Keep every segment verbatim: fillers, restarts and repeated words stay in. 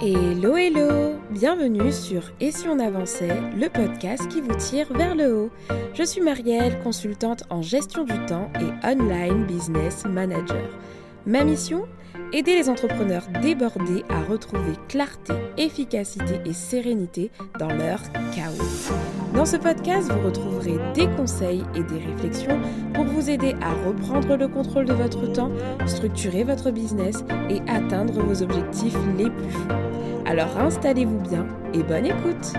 Hello hello, bienvenue sur Et si on avançait, le podcast qui vous tire vers le haut. Je suis Marielle, consultante en gestion du temps et online business manager. Ma mission ? Aider les entrepreneurs débordés à retrouver clarté, efficacité et sérénité dans leur chaos. Dans ce podcast, vous retrouverez des conseils et des réflexions pour vous aider à reprendre le contrôle de votre temps, structurer votre business et atteindre vos objectifs les plus fous. Alors installez-vous bien et bonne écoute!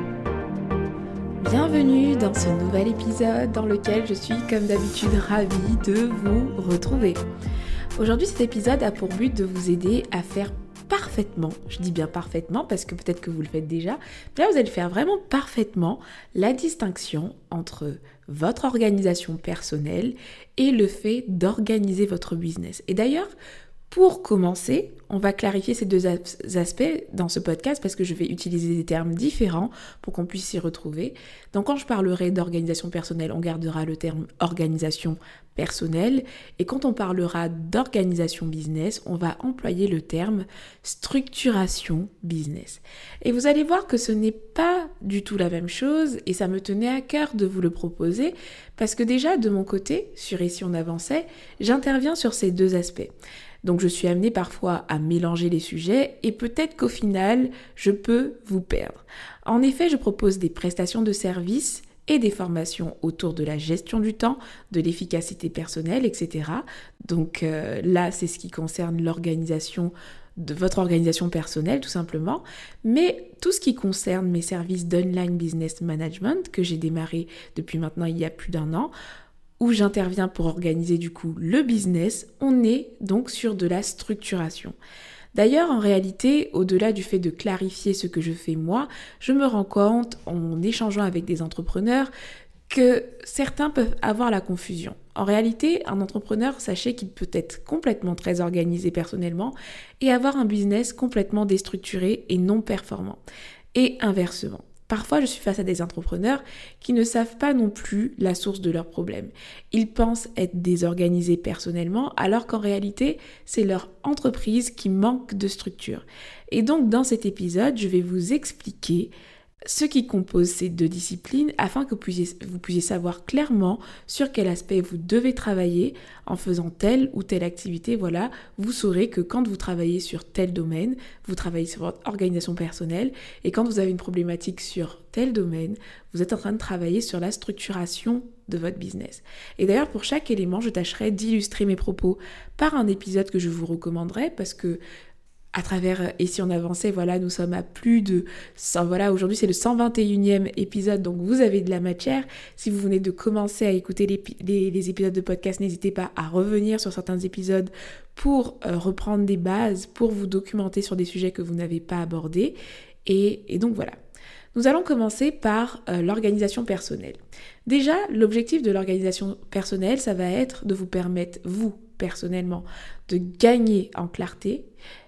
Bienvenue dans ce nouvel épisode dans lequel je suis comme d'habitude ravie de vous retrouver. Aujourd'hui, cet épisode a pour but de vous aider à faire parfaitement, je dis bien parfaitement parce que peut-être que vous le faites déjà, mais là vous allez faire vraiment parfaitement la distinction entre votre organisation personnelle et le fait d'organiser votre business. Et d'ailleurs, pour commencer, on va clarifier ces deux aspects dans ce podcast parce que je vais utiliser des termes différents pour qu'on puisse s'y retrouver. Donc quand je parlerai d'organisation personnelle, on gardera le terme organisation personnelle et quand on parlera d'organisation business, on va employer le terme structuration business. Et vous allez voir que ce n'est pas du tout la même chose et ça me tenait à cœur de vous le proposer parce que déjà de mon côté, sur Et si on avançait, j'interviens sur ces deux aspects. Donc je suis amenée parfois à mélanger les sujets et peut-être qu'au final, je peux vous perdre. En effet, je propose des prestations de services et des formations autour de la gestion du temps, de l'efficacité personnelle, et cetera. Donc euh, là, c'est ce qui concerne l'organisation de votre organisation personnelle, tout simplement. Mais tout ce qui concerne mes services d'online business management, que j'ai démarré depuis maintenant il y a plus d'un an, où j'interviens pour organiser du coup le business, on est donc sur de la structuration. D'ailleurs, en réalité, au-delà du fait de clarifier ce que je fais moi, je me rends compte, en échangeant avec des entrepreneurs, que certains peuvent avoir la confusion. En réalité, un entrepreneur, sachez qu'il peut être complètement très organisé personnellement et avoir un business complètement déstructuré et non performant. Et inversement. Parfois, je suis face à des entrepreneurs qui ne savent pas non plus la source de leurs problèmes. Ils pensent être désorganisés personnellement, alors qu'en réalité, c'est leur entreprise qui manque de structure. Et donc, dans cet épisode, je vais vous expliquer ce qui compose ces deux disciplines afin que vous puissiez, vous puissiez savoir clairement sur quel aspect vous devez travailler en faisant telle ou telle activité. Voilà, vous saurez que quand vous travaillez sur tel domaine, vous travaillez sur votre organisation personnelle et quand vous avez une problématique sur tel domaine, vous êtes en train de travailler sur la structuration de votre business. Et d'ailleurs, pour chaque élément, je tâcherai d'illustrer mes propos par un épisode que je vous recommanderais parce que à travers Et si on avançait, voilà, nous sommes à plus de cent, voilà, aujourd'hui c'est le cent vingt et unième épisode, donc vous avez de la matière. Si vous venez de commencer à écouter les, les, les épisodes de podcast, n'hésitez pas à revenir sur certains épisodes pour euh, reprendre des bases, pour vous documenter sur des sujets que vous n'avez pas abordés. Et, et donc voilà. Nous allons commencer par euh, l'organisation personnelle. Déjà, l'objectif de l'organisation personnelle, ça va être de vous permettre, vous, personnellement, de gagner en clarté,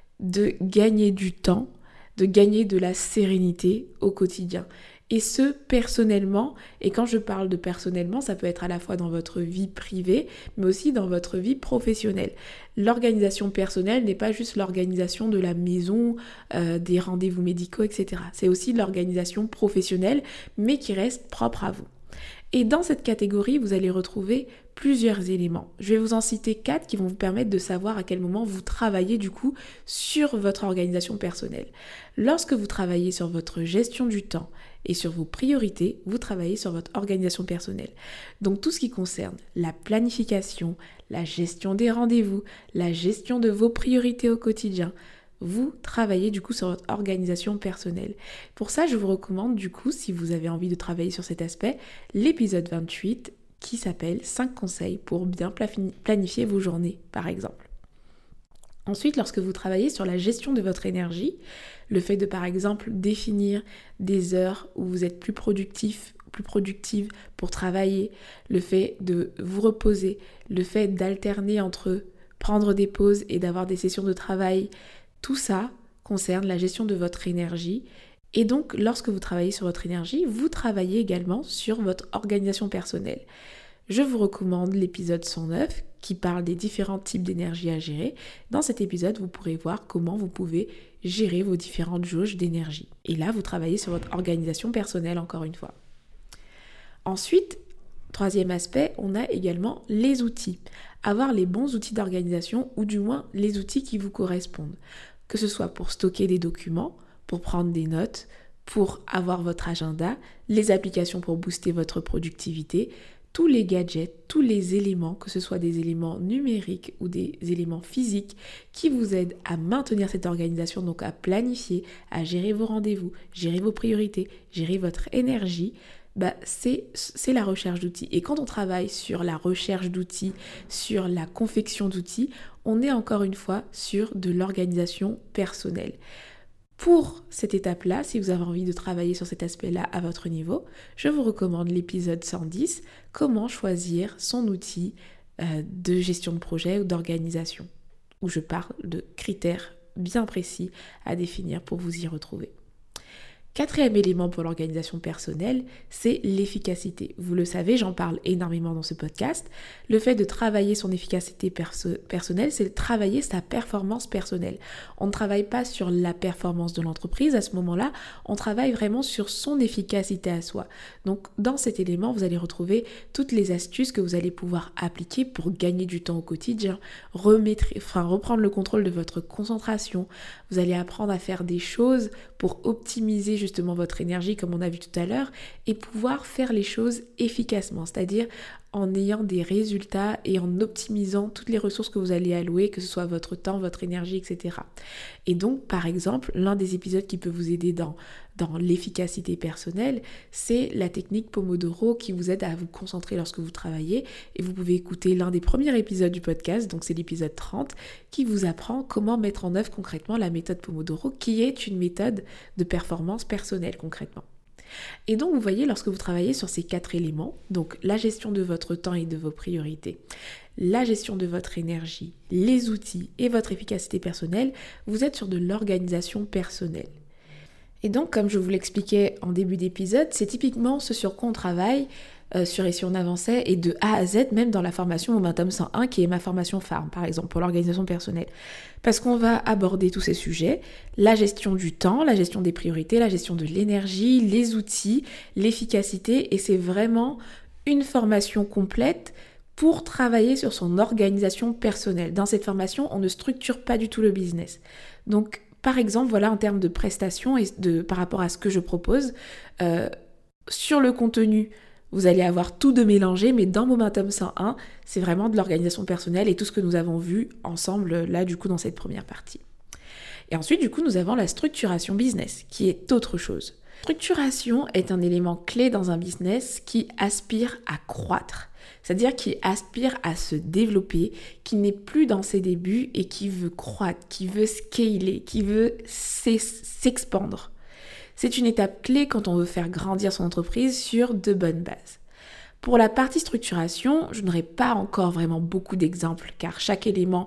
de gagner du temps, de gagner de la sérénité au quotidien. Et ce, personnellement, et quand je parle de personnellement, ça peut être à la fois dans votre vie privée, mais aussi dans votre vie professionnelle. L'organisation personnelle n'est pas juste l'organisation de la maison, euh, des rendez-vous médicaux, et cetera. C'est aussi l'organisation professionnelle, mais qui reste propre à vous. Et dans cette catégorie, vous allez retrouver plusieurs éléments. Je vais vous en citer quatre qui vont vous permettre de savoir à quel moment vous travaillez du coup sur votre organisation personnelle. Lorsque vous travaillez sur votre gestion du temps et sur vos priorités, vous travaillez sur votre organisation personnelle. Donc tout ce qui concerne la planification, la gestion des rendez-vous, la gestion de vos priorités au quotidien, vous travaillez du coup sur votre organisation personnelle. Pour ça, je vous recommande du coup, si vous avez envie de travailler sur cet aspect, l'épisode vingt-huit qui s'appelle cinq conseils pour bien planifier vos journées, par exemple. Ensuite, lorsque vous travaillez sur la gestion de votre énergie, le fait de par exemple définir des heures où vous êtes plus productif, plus productive pour travailler, le fait de vous reposer, le fait d'alterner entre prendre des pauses et d'avoir des sessions de travail, tout ça concerne la gestion de votre énergie. Et donc, lorsque vous travaillez sur votre énergie, vous travaillez également sur votre organisation personnelle. je vous recommande l'épisode cent neuf qui parle des différents types d'énergie à gérer. Dans cet épisode, vous pourrez voir comment vous pouvez gérer vos différentes jauges d'énergie. Et là, vous travaillez sur votre organisation personnelle encore une fois. Ensuite, troisième aspect, on a également les outils. Avoir les bons outils d'organisation ou du moins les outils qui vous correspondent. Que ce soit pour stocker des documents, pour prendre des notes, pour avoir votre agenda, les applications pour booster votre productivité, tous les gadgets, tous les éléments, que ce soit des éléments numériques ou des éléments physiques qui vous aident à maintenir cette organisation, donc à planifier, à gérer vos rendez-vous, gérer vos priorités, gérer votre énergie, bah c'est, c'est la recherche d'outils. Et quand on travaille sur la recherche d'outils, sur la confection d'outils, on est encore une fois sur de l'organisation personnelle. Pour cette étape-là, si vous avez envie de travailler sur cet aspect-là à votre niveau, je vous recommande l'épisode cent dix, comment choisir son outil euh, de gestion de projet ou d'organisation, où je parle de critères bien précis à définir pour vous y retrouver. Quatrième élément pour l'organisation personnelle, c'est l'efficacité. Vous le savez, j'en parle énormément dans ce podcast. Le fait de travailler son efficacité perso- personnelle, c'est de travailler sa performance personnelle. On ne travaille pas sur la performance de l'entreprise à ce moment-là, on travaille vraiment sur son efficacité à soi. Donc dans cet élément, vous allez retrouver toutes les astuces que vous allez pouvoir appliquer pour gagner du temps au quotidien, remettre, enfin, reprendre le contrôle de votre concentration. Vous allez apprendre à faire des choses pour optimiser justement votre énergie comme on a vu tout à l'heure et pouvoir faire les choses efficacement, c'est-à-dire en ayant des résultats et en optimisant toutes les ressources que vous allez allouer, que ce soit votre temps, votre énergie, et cetera. Et donc, par exemple, l'un des épisodes qui peut vous aider dans, dans l'efficacité personnelle, c'est la technique Pomodoro qui vous aide à vous concentrer lorsque vous travaillez. Et vous pouvez écouter l'un des premiers épisodes du podcast, donc c'est l'épisode trente, qui vous apprend comment mettre en œuvre concrètement la méthode Pomodoro, qui est une méthode de performance personnelle concrètement. Et donc vous voyez, lorsque vous travaillez sur ces quatre éléments, donc la gestion de votre temps et de vos priorités, la gestion de votre énergie, les outils et votre efficacité personnelle, vous êtes sur de l'organisation personnelle. Et donc, comme je vous l'expliquais en début d'épisode, c'est typiquement ce sur quoi on travaille euh, sur Et si on avançait, et de A à Z, même dans la formation Momentum cent un, qui est ma formation phare, par exemple, pour l'organisation personnelle. Parce qu'on va aborder tous ces sujets, la gestion du temps, la gestion des priorités, la gestion de l'énergie, les outils, l'efficacité, et c'est vraiment une formation complète pour travailler sur son organisation personnelle. Dans cette formation, on ne structure pas du tout le business. Donc, par exemple, voilà, en termes de prestations et de, par rapport à ce que je propose, euh, sur le contenu, vous allez avoir tout de mélangé, mais dans Momentum cent un, c'est vraiment de l'organisation personnelle et tout ce que nous avons vu ensemble, là, du coup, dans cette première partie. Et ensuite, du coup, nous avons la structuration business, qui est autre chose. Structuration est un élément clé dans un business qui aspire à croître, c'est-à-dire qui aspire à se développer, qui n'est plus dans ses débuts et qui veut croître, qui veut scaler, qui veut s'expandre. C'est une étape clé quand on veut faire grandir son entreprise sur de bonnes bases. Pour la partie structuration, je n'aurai pas encore vraiment beaucoup d'exemples car chaque élément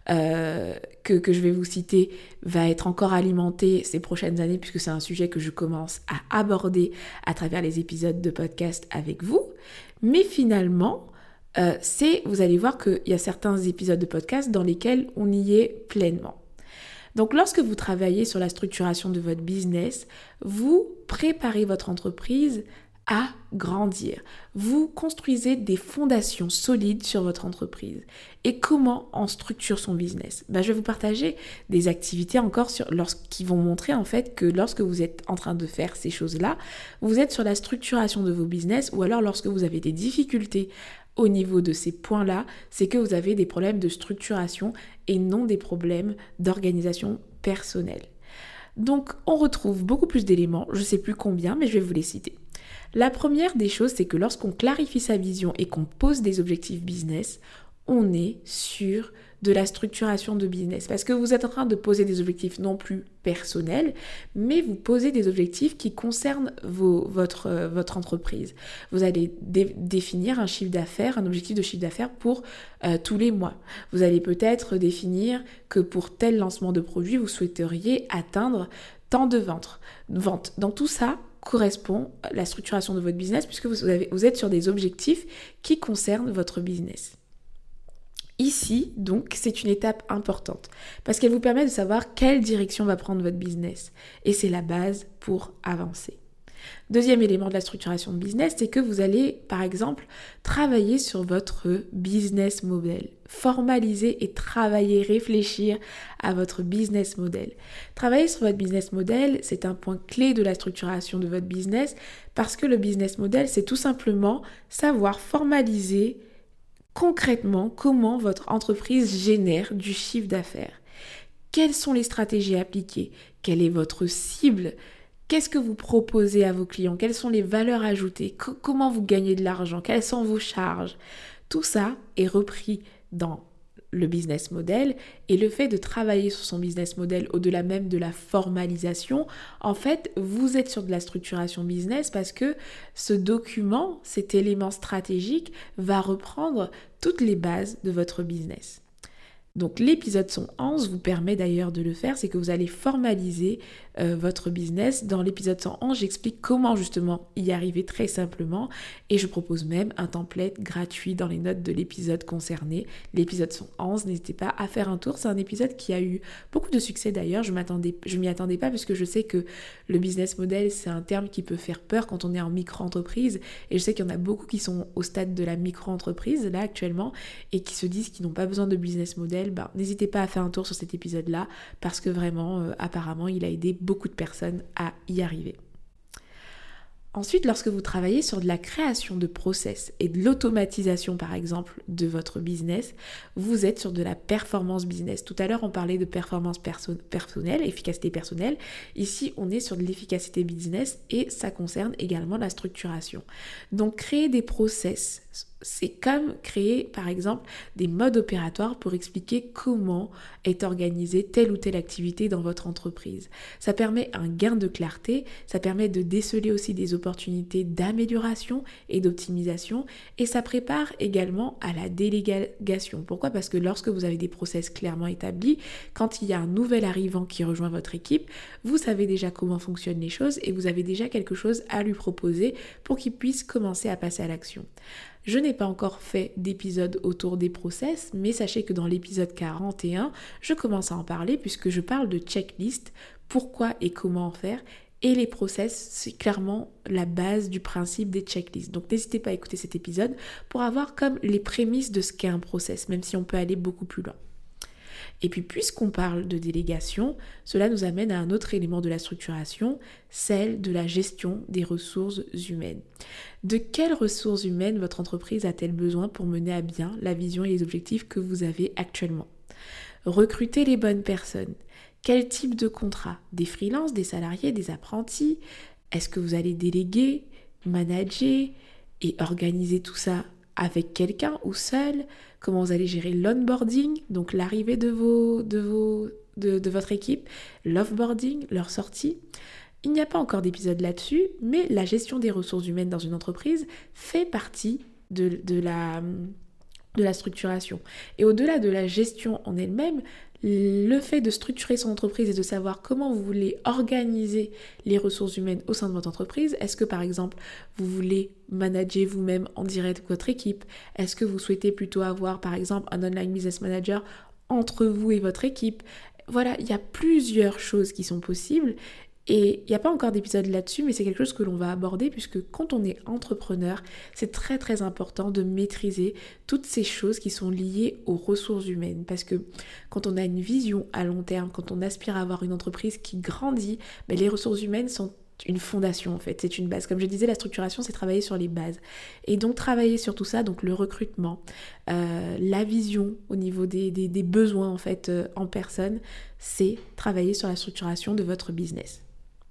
euh, que, que je vais vous citer va être encore alimenté ces prochaines années puisque c'est un sujet que je commence à aborder à travers les épisodes de podcast avec vous. Mais finalement, euh, c'est, vous allez voir qu'il y a certains épisodes de podcast dans lesquels on y est pleinement. Donc lorsque vous travaillez sur la structuration de votre business, vous préparez votre entreprise à grandir. Vous construisez des fondations solides sur votre entreprise. Et comment on structure son business ? Ben, je vais vous partager des activités encore sur, qui vont montrer en fait que lorsque vous êtes en train de faire ces choses-là, vous êtes sur la structuration de vos business ou alors lorsque vous avez des difficultés au niveau de ces points-là, c'est que vous avez des problèmes de structuration et non des problèmes d'organisation personnelle. Donc, on retrouve beaucoup plus d'éléments, je ne sais plus combien, mais je vais vous les citer. La première des choses, c'est que lorsqu'on clarifie sa vision et qu'on pose des objectifs business, on est sur de la structuration de business. Parce que vous êtes en train de poser des objectifs non plus personnels, mais vous posez des objectifs qui concernent vos, votre, euh, votre entreprise. Vous allez dé- définir un chiffre d'affaires, un objectif de chiffre d'affaires pour euh, tous les mois. Vous allez peut-être définir que pour tel lancement de produit, vous souhaiteriez atteindre tant de ventes. Ventes. Donc tout ça correspond à la structuration de votre business puisque vous, avez, vous êtes sur des objectifs qui concernent votre business. Ici, donc, c'est une étape importante parce qu'elle vous permet de savoir quelle direction va prendre votre business et c'est la base pour avancer. Deuxième élément de la structuration de business, c'est que vous allez, par exemple, travailler sur votre business model. Formaliser et travailler, réfléchir à votre business model. Travailler sur votre business model, c'est un point clé de la structuration de votre business parce que le business model, c'est tout simplement savoir formaliser concrètement comment votre entreprise génère du chiffre d'affaires. Quelles sont les stratégies appliquées? Quelle est votre cible? Qu'est-ce que vous proposez à vos clients? Quelles sont les valeurs ajoutées? C- comment vous gagnez de l'argent? Quelles sont vos charges? Tout ça est repris dans le business model et le fait de travailler sur son business model au-delà même de la formalisation, en fait, vous êtes sur de la structuration business parce que ce document, cet élément stratégique, va reprendre toutes les bases de votre business. Donc l'épisode cent onze vous permet d'ailleurs de le faire, c'est que vous allez formaliser euh, votre business. Dans l'épisode cent onze, j'explique comment justement y arriver très simplement et je propose même un template gratuit dans les notes de l'épisode concerné. L'épisode cent onze, n'hésitez pas à faire un tour. C'est un épisode qui a eu beaucoup de succès d'ailleurs. Je m'attendais, je m'y attendais pas puisque je sais que le business model, c'est un terme qui peut faire peur quand on est en micro-entreprise et je sais qu'il y en a beaucoup qui sont au stade de la micro-entreprise là actuellement et qui se disent qu'ils n'ont pas besoin de business model. Ben, n'hésitez pas à faire un tour sur cet épisode-là parce que vraiment, euh, apparemment, il a aidé beaucoup de personnes à y arriver. Ensuite, lorsque vous travaillez sur de la création de process et de l'automatisation, par exemple, de votre business, vous êtes sur de la performance business. Tout à l'heure, on parlait de performance perso- personnelle, efficacité personnelle. Ici, on est sur de l'efficacité business et ça concerne également la structuration. Donc, créer des process, c'est comme créer, par exemple, des modes opératoires pour expliquer comment est organisée telle ou telle activité dans votre entreprise. Ça permet un gain de clarté, ça permet de déceler aussi des opportunités d'amélioration et d'optimisation et ça prépare également à la délégation. Pourquoi? Parce que lorsque vous avez des process clairement établis, quand il y a un nouvel arrivant qui rejoint votre équipe, vous savez déjà comment fonctionnent les choses et vous avez déjà quelque chose à lui proposer pour qu'il puisse commencer à passer à l'action. Je n'ai pas encore fait d'épisode autour des process, mais sachez que dans l'épisode quarante et un, je commence à en parler puisque je parle de checklist, pourquoi et comment en faire. Et les process, c'est clairement la base du principe des checklists. Donc n'hésitez pas à écouter cet épisode pour avoir comme les prémices de ce qu'est un process, même si on peut aller beaucoup plus loin. Et puis puisqu'on parle de délégation, cela nous amène à un autre élément de la structuration, celle de la gestion des ressources humaines. De quelles ressources humaines votre entreprise a-t-elle besoin pour mener à bien la vision et les objectifs que vous avez actuellement? Recruter les bonnes personnes. Quel type de contrat? Des freelances, des salariés, des apprentis? Est-ce que vous allez déléguer, manager et organiser tout ça avec quelqu'un ou seul? Comment vous allez gérer l'onboarding, donc l'arrivée de, vos, de, vos, de, de votre équipe, l'offboarding, leur sortie? Il n'y a pas encore d'épisode là-dessus, mais la gestion des ressources humaines dans une entreprise fait partie de, de, la, de la structuration. Et au-delà de la gestion en elle-même, le fait de structurer son entreprise et de savoir comment vous voulez organiser les ressources humaines au sein de votre entreprise. Est-ce que par exemple, vous voulez manager vous-même en direct votre équipe? Est-ce que vous souhaitez plutôt avoir par exemple un online business manager entre vous et votre équipe? Voilà, il y a plusieurs choses qui sont possibles. Et il n'y a pas encore d'épisode là-dessus, mais c'est quelque chose que l'on va aborder puisque quand on est entrepreneur, c'est très très important de maîtriser toutes ces choses qui sont liées aux ressources humaines. Parce que quand on a une vision à long terme, quand on aspire à avoir une entreprise qui grandit, ben les ressources humaines sont une fondation en fait, c'est une base. Comme je disais, la structuration, c'est travailler sur les bases. Et donc travailler sur tout ça, donc le recrutement, euh, la vision au niveau des, des, des besoins en fait euh, en personne, c'est travailler sur la structuration de votre business.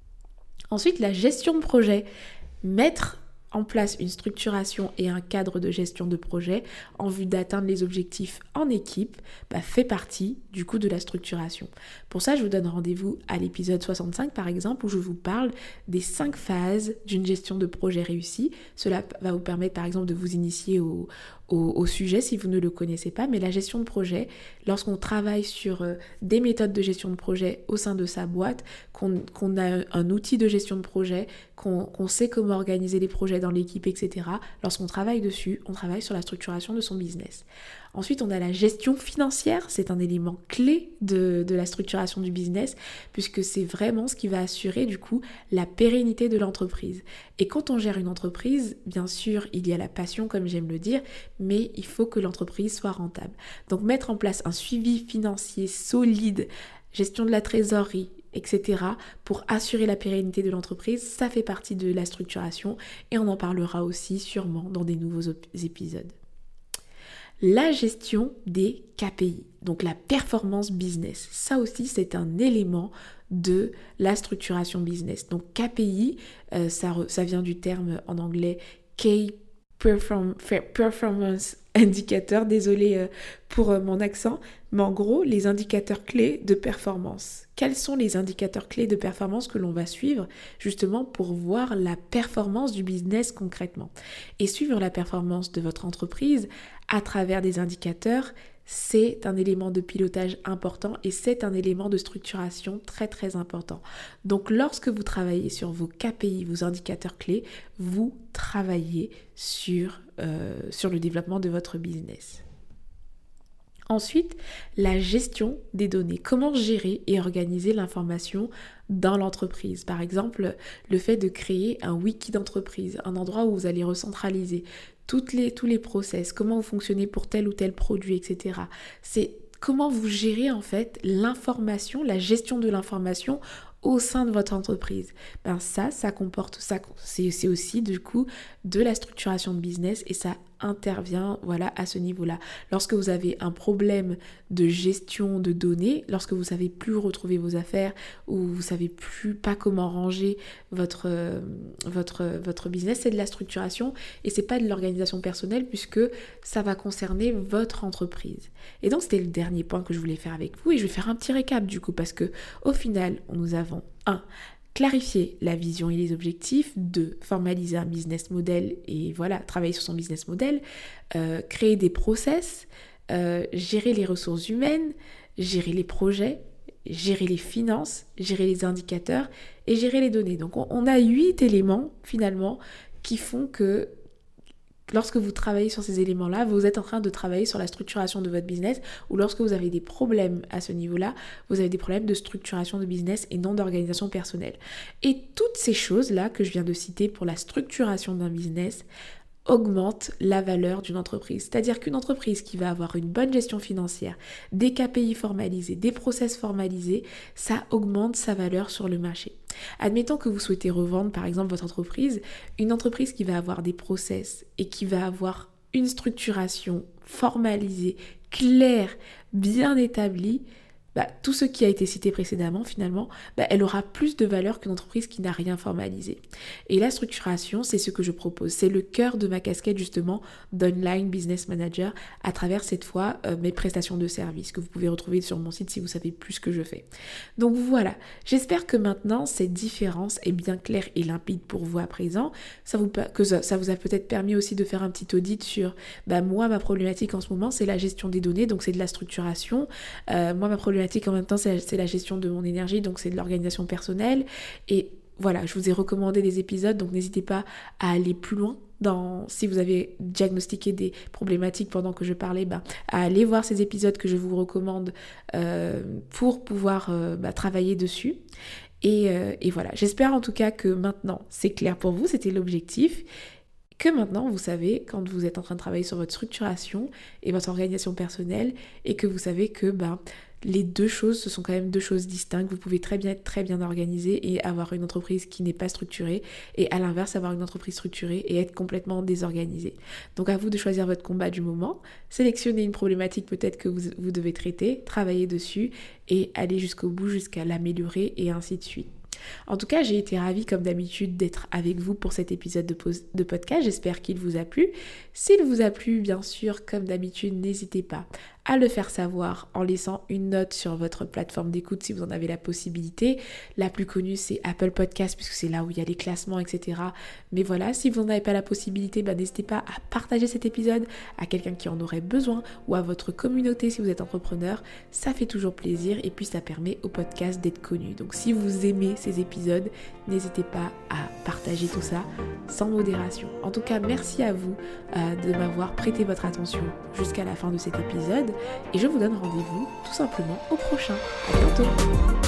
Ensuite, la gestion de projet. Mettre en place une structuration et un cadre de gestion de projet en vue d'atteindre les objectifs en équipe bah, fait partie du coup de la structuration. Pour ça, je vous donne rendez-vous à l'épisode soixante-cinq par exemple où je vous parle des cinq phases d'une gestion de projet réussie. Cela va vous permettre par exemple de vous initier au, au, au sujet si vous ne le connaissez pas, mais la gestion de projet, lorsqu'on travaille sur euh, des méthodes de gestion de projet au sein de sa boîte, qu'on, qu'on a un outil de gestion de projet, qu'on, qu'on sait comment organiser les projets dans l'équipe, et cetera. Lorsqu'on travaille dessus, on travaille sur la structuration de son business. Ensuite, on a la gestion financière, c'est un élément clé de, de la structuration du business, puisque c'est vraiment ce qui va assurer du coup la pérennité de l'entreprise. Et quand on gère une entreprise, bien sûr, il y a la passion, comme j'aime le dire, mais il faut que l'entreprise soit rentable. Donc mettre en place un suivi financier solide, gestion de la trésorerie, et cetera, pour assurer la pérennité de l'entreprise, ça fait partie de la structuration et on en parlera aussi sûrement dans des nouveaux op- épisodes. La gestion des K P I, donc la performance business. Ça aussi, c'est un élément de la structuration business. Donc K P I, euh, ça, re, ça vient du terme en anglais Key Perform, Performance Indicator. Désolée euh, pour euh, mon accent, mais en gros, les indicateurs clés de performance. Quels sont les indicateurs clés de performance que l'on va suivre justement pour voir la performance du business concrètement? Et suivre la performance de votre entreprise à travers des indicateurs, c'est un élément de pilotage important et c'est un élément de structuration très très important. Donc lorsque vous travaillez sur vos K P I, vos indicateurs clés, vous travaillez sur, euh, sur le développement de votre business. Ensuite, la gestion des données. Comment gérer et organiser l'information dans l'entreprise? Par exemple, le fait de créer un wiki d'entreprise, un endroit où vous allez recentraliser toutes les, tous les process, comment vous fonctionnez pour tel ou tel produit, et cetera. C'est comment vous gérez en fait l'information, la gestion de l'information au sein de votre entreprise. Ben ça, ça comporte, ça, c'est, c'est aussi du coup de la structuration de business et ça intervient voilà à ce niveau-là. Lorsque vous avez un problème de gestion de données, lorsque vous savez plus où retrouver vos affaires ou vous savez plus pas comment ranger votre euh, votre votre business, c'est de la structuration et c'est pas de l'organisation personnelle puisque ça va concerner votre entreprise. Et donc c'était le dernier point que je voulais faire avec vous et je vais faire un petit récap du coup parce que au final, nous avons un clarifier la vision et les objectifs, deux, formaliser un business model et voilà, travailler sur son business model, euh, créer des process, euh, gérer les ressources humaines, gérer les projets, gérer les finances, gérer les indicateurs et gérer les données. Donc on, on a huit éléments finalement qui font que lorsque vous travaillez sur ces éléments-là, vous êtes en train de travailler sur la structuration de votre business ou lorsque vous avez des problèmes à ce niveau-là, vous avez des problèmes de structuration de business et non d'organisation personnelle. Et toutes ces choses-là que je viens de citer pour la structuration d'un business augmente la valeur d'une entreprise. C'est-à-dire qu'une entreprise qui va avoir une bonne gestion financière, des K P I formalisés, des process formalisés, ça augmente sa valeur sur le marché. Admettons que vous souhaitez revendre par exemple votre entreprise, une entreprise qui va avoir des process et qui va avoir une structuration formalisée, claire, bien établie, bah, tout ce qui a été cité précédemment, finalement, bah, elle aura plus de valeur qu'une entreprise qui n'a rien formalisé. Et la structuration, c'est ce que je propose. C'est le cœur de ma casquette, justement, d'Online Business Manager, à travers, cette fois, euh, mes prestations de services, que vous pouvez retrouver sur mon site si vous savez plus ce que je fais. Donc voilà, j'espère que maintenant, cette différence est bien claire et limpide pour vous à présent. Ça vous, que ça, ça vous a peut-être permis aussi de faire un petit audit sur, bah, moi, ma problématique en ce moment, c'est la gestion des données, donc c'est de la structuration. Euh, moi, ma problématique en même temps, c'est, c'est la gestion de mon énergie, donc c'est de l'organisation personnelle. Et voilà, je vous ai recommandé des épisodes, donc n'hésitez pas à aller plus loin. Dans, si vous avez diagnostiqué des problématiques pendant que je parlais, bah, à aller voir ces épisodes que je vous recommande euh, pour pouvoir euh, bah, travailler dessus. Et, euh, et voilà, j'espère en tout cas que maintenant c'est clair pour vous, c'était l'objectif. Que maintenant vous savez quand vous êtes en train de travailler sur votre structuration et votre organisation personnelle et que vous savez que bah, les deux choses, ce sont quand même deux choses distinctes. Vous pouvez très bien être très bien organisé et avoir une entreprise qui n'est pas structurée et à l'inverse avoir une entreprise structurée et être complètement désorganisée. Donc à vous de choisir votre combat du moment, sélectionnez une problématique peut-être que vous, vous devez traiter, travailler dessus et aller jusqu'au bout, jusqu'à l'améliorer et ainsi de suite. En tout cas, j'ai été ravie comme d'habitude d'être avec vous pour cet épisode de, pos- de podcast. J'espère qu'il vous a plu. S'il vous a plu, bien sûr, comme d'habitude, n'hésitez pas à le faire savoir en laissant une note sur votre plateforme d'écoute si vous en avez la possibilité. La plus connue, c'est Apple Podcast, puisque c'est là où il y a les classements, et cetera. Mais voilà, si vous n'en avez pas la possibilité, bah, n'hésitez pas à partager cet épisode à quelqu'un qui en aurait besoin ou à votre communauté si vous êtes entrepreneur. Ça fait toujours plaisir et puis ça permet au podcast d'être connu. Donc si vous aimez ces épisodes, n'hésitez pas à partager tout ça sans modération. En tout cas, merci à vous euh, de m'avoir prêté votre attention jusqu'à la fin de cet épisode et je vous donne rendez-vous tout simplement au prochain. À bientôt.